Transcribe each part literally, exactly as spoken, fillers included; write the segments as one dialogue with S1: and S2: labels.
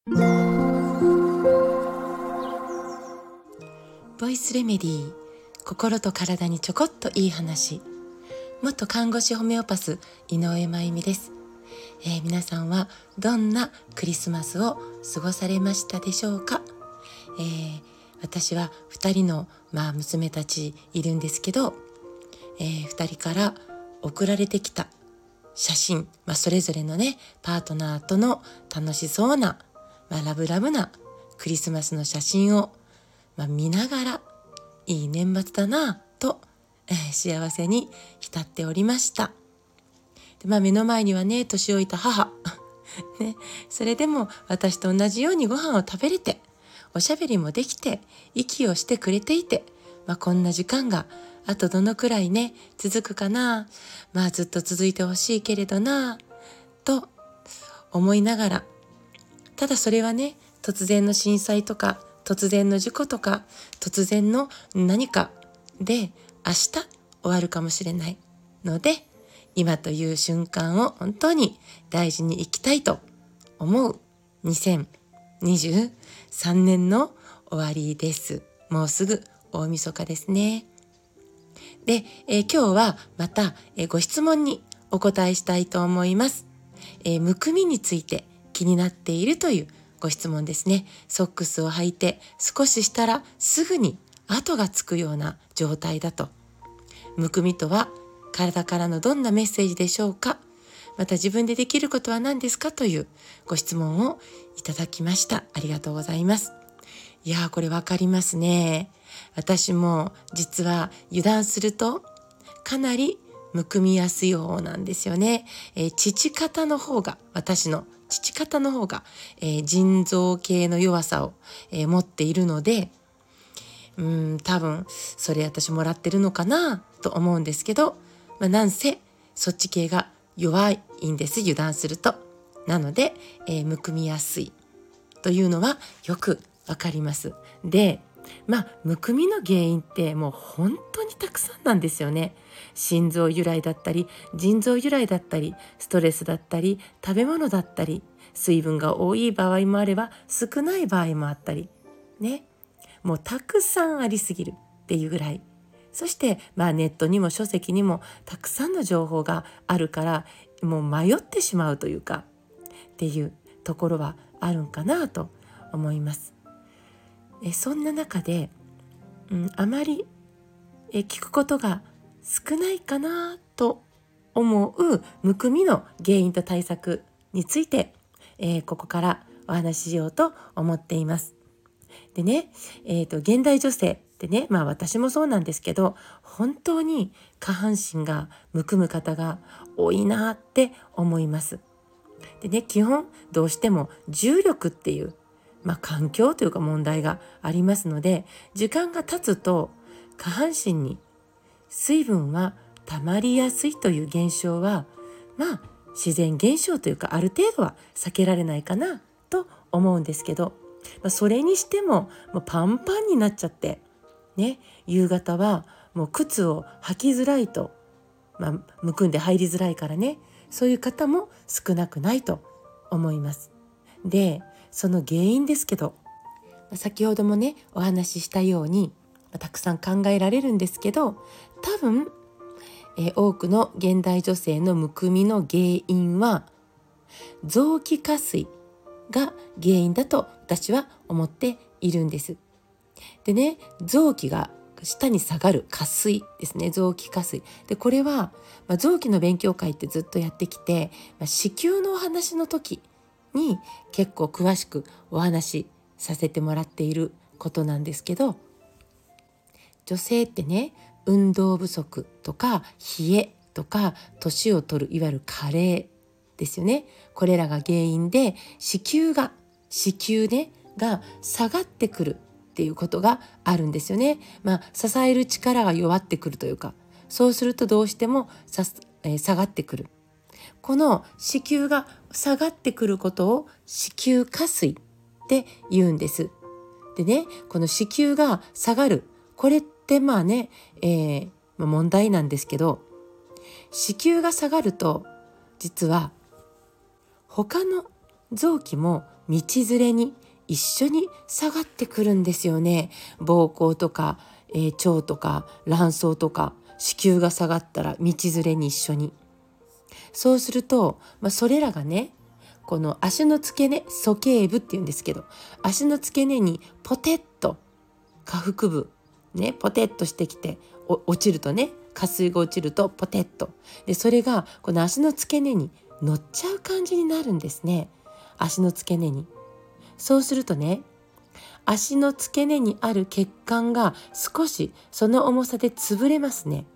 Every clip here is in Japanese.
S1: ボイスレメディー、心と体にちょこっといい話。元看護師ホメオパス井上真由美です。えー、皆さんはどんなクリスマスを過ごされましたでしょうか。えー、私はふたりの、まあ、娘たちいるんですけど、えー、ふたりから送られてきた写真、まあ、それぞれのねパートナーとの楽しそうな、まあ、ラブラブなクリスマスの写真を、まあ、見ながらいい年末だなと、えー、幸せに浸っておりました。で、まあ、目の前にはね年老いた母ね、それでも私と同じようにご飯を食べれて、おしゃべりもできて、息をしてくれていて、まあ、こんな時間があとどのくらいね続くかな、まあずっと続いてほしいけれどなと思いながら、ただそれはね突然の震災とか突然の事故とか突然の何かで明日終わるかもしれないので、今という瞬間を本当に大事に生きたいと思うにせんにじゅうさんねんの終わりです。もうすぐ大晦日ですね。で、えー、今日はまた、えー、ご質問にお答えしたいと思います。えー、むくみについて気になっているというご質問ですね。ソックスを履いて少ししたらすぐに跡がつくような状態だと。むくみとは体からのどんなメッセージでしょうか。また自分でできることは何ですかというご質問をいただきました。ありがとうございます。いやー、これわかりますね。私も実は油断するとかなりむくみやすい方なんですよね。えー、父方の方が、私の父方の方が、えー、腎臓系の弱さを、えー、持っているので、うーん多分それ私もらってるのかなと思うんですけど、まあ、なんせそっち系が弱いんです、油断すると。なので、えー、むくみやすいというのはよくわかります。で、まあむくみの原因ってもう本当にたくさんなんですよね。心臓由来だったり、腎臓由来だったり、ストレスだったり、食べ物だったり、水分が多い場合もあれば少ない場合もあったりね、もうたくさんありすぎるっていうぐらい。そしてまあネットにも書籍にもたくさんの情報があるから、もう迷ってしまうというかっていうところはあるんかなと思います。えそんな中で、うん、あまりえ聞くことが少ないかなと思うむくみの原因と対策について、えー、ここからお話ししようと思っています。でね、えーと、現代女性ってね、まあ私もそうなんですけど、本当に下半身がむくむ方が多いなって思います。でね、基本どうしても重力っていう、まあ、環境というか問題がありますので、時間が経つと下半身に水分は溜まりやすいという現象は、まあ自然現象というかある程度は避けられないかなと思うんですけど、まあ、それにしてももうパンパンになっちゃってね、夕方はもう靴を履きづらいと、まあ、むくんで入りづらいからね、そういう方も少なくないと思います。で、その原因ですけど、先ほどもねお話ししたようにたくさん考えられるんですけど、多分、えー、多くの現代女性のむくみの原因は臓器下垂が原因だと私は思っているんです。でね、臓器が下に下がる下垂ですね、臓器下垂で、これは、まあ、臓器の勉強会ってずっとやってきて、まあ、子宮のお話の時に結構詳しくお話しさせてもらっていることなんですけど、女性ってね、運動不足とか冷えとか年を取るいわゆる加齢ですよね、これらが原因で子宮が子宮ねが下がってくるっていうことがあるんですよね。まあ支える力が弱ってくるというか、そうするとどうしてもさ、えー、下がってくる。この子宮が下がってくることを子宮下垂って言うんです。でね、この子宮が下がる、これってまあね、えー、問題なんですけど、子宮が下がると実は他の臓器も道連れに一緒に下がってくるんですよね。膀胱とか、えー、腸とか卵巣とか子宮が下がったら道連れに一緒に。そうすると、まあ、それらがね、この足の付け根、鼠径部っていうんですけど、足の付け根にポテッと下腹部ね、ポテッとしてきて落ちるとね、下水が落ちるとポテッとで、それがこの足の付け根に乗っちゃう感じになるんですね。足の付け根に。そうするとね、足の付け根にある血管が少しその重さで潰れますね。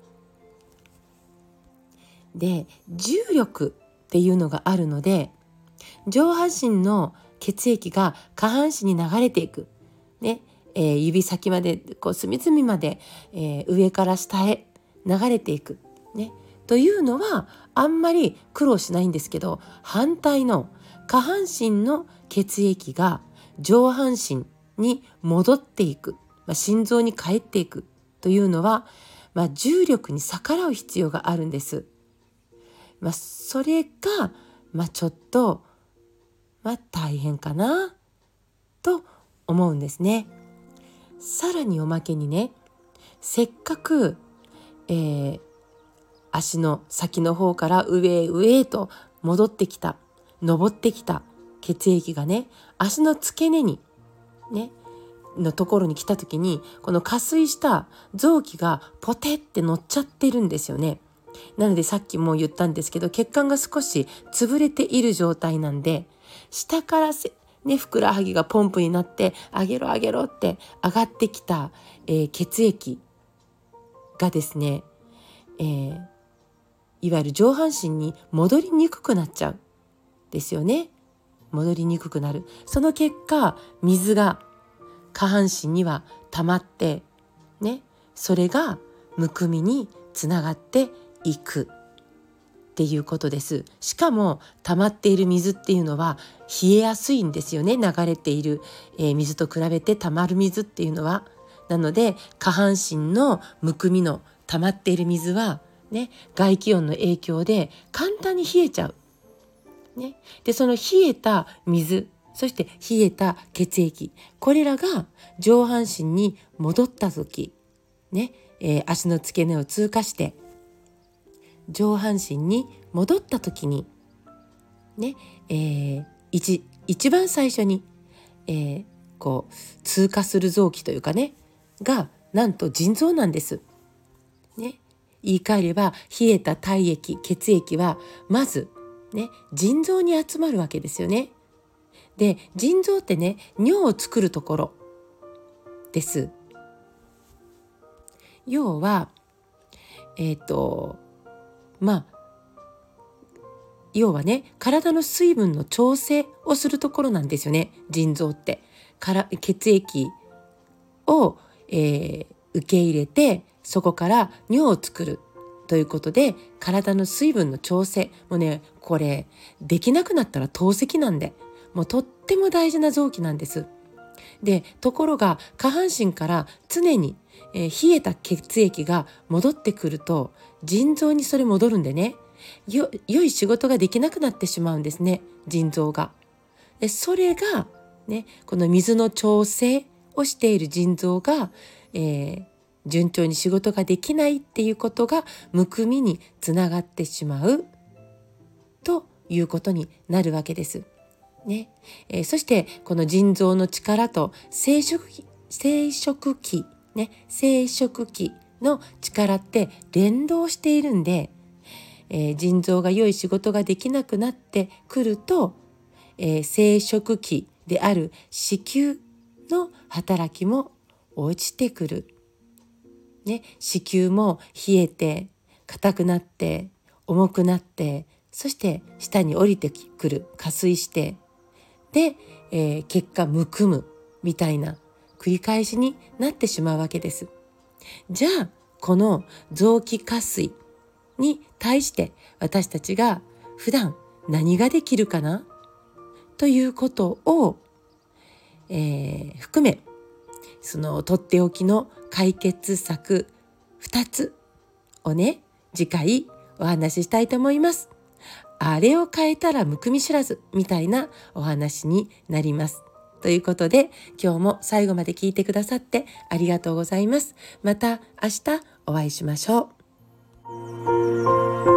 S1: で、重力っていうのがあるので、上半身の血液が下半身に流れていく、ねえー、指先までこう隅々まで、えー、上から下へ流れていく、ね、というのはあんまり苦労しないんですけど、反対の下半身の血液が上半身に戻っていく、まあ、心臓に帰っていくというのは、まあ、重力に逆らう必要があるんです。まあ、それが、まあ、ちょっと、まあ、大変かなと思うんですね。さらにおまけにね、せっかく、えー、足の先の方から上へ上へと戻ってきた、登ってきた血液がね、足の付け根にねのところに来た時に、この下垂した臓器がポテって乗っちゃってるんですよね。なのでさっきも言ったんですけど、血管が少し潰れている状態なんで、下からせね、ふくらはぎがポンプになって上げろ上げろって上がってきた、えー、血液がですね、えー、いわゆる上半身に戻りにくくなっちゃうですよね。戻りにくくなる。その結果、水が下半身には溜まってね、それがむくみにつながっていくっていうことです。しかも溜まっている水っていうのは冷えやすいんですよね。流れている、えー、水と比べて溜まる水っていうのは。なので下半身のむくみの溜まっている水はね、外気温の影響で簡単に冷えちゃう。ね、でその冷えた水、そして冷えた血液、これらが上半身に戻った時、ねえー、足の付け根を通過して上半身に戻った時に、ねえー、一, 一番最初に、えー、こう通過する臓器というかねがなんと腎臓なんです。ね、言い換えれば冷えた体液、血液はまずね、腎臓に集まるわけですよね。で、腎臓ってね、尿を作るところです。要は、えっと、まあ、要はね、体の水分の調整をするところなんですよね、腎臓って。から血液を、えー、受け入れて、そこから尿を作る。ということで、体の水分の調整もね、これできなくなったら透析なんで、もうとっても大事な臓器なんです。で、ところが下半身から常に、えー、冷えた血液が戻ってくると、腎臓にそれ戻るんでね、よ良い仕事ができなくなってしまうんですね、腎臓が。で、それがね、この水の調整をしている腎臓が、えー順調に仕事ができないっていうことがむくみにつながってしまうということになるわけです。ねえー、そしてこの腎臓の力と生殖器、生殖器、ね、生殖器の力って連動しているんで、えー、腎臓が良い仕事ができなくなってくると、えー、生殖器である子宮の働きも落ちてくる。ね、子宮も冷えて硬くなって重くなって、そして下に降りてくる、下垂してで、えー、結果むくむみたいな繰り返しになってしまうわけです。じゃあこの臓器下垂に対して私たちが普段何ができるかなということを、えー、含め、そのとっておきの解決策ふたつをね、次回お話ししたいと思います。 あれを変えたらむくみ知らずみたいなお話になります。ということで、今日も最後まで聞いてくださってありがとうございます。また明日お会いしましょう。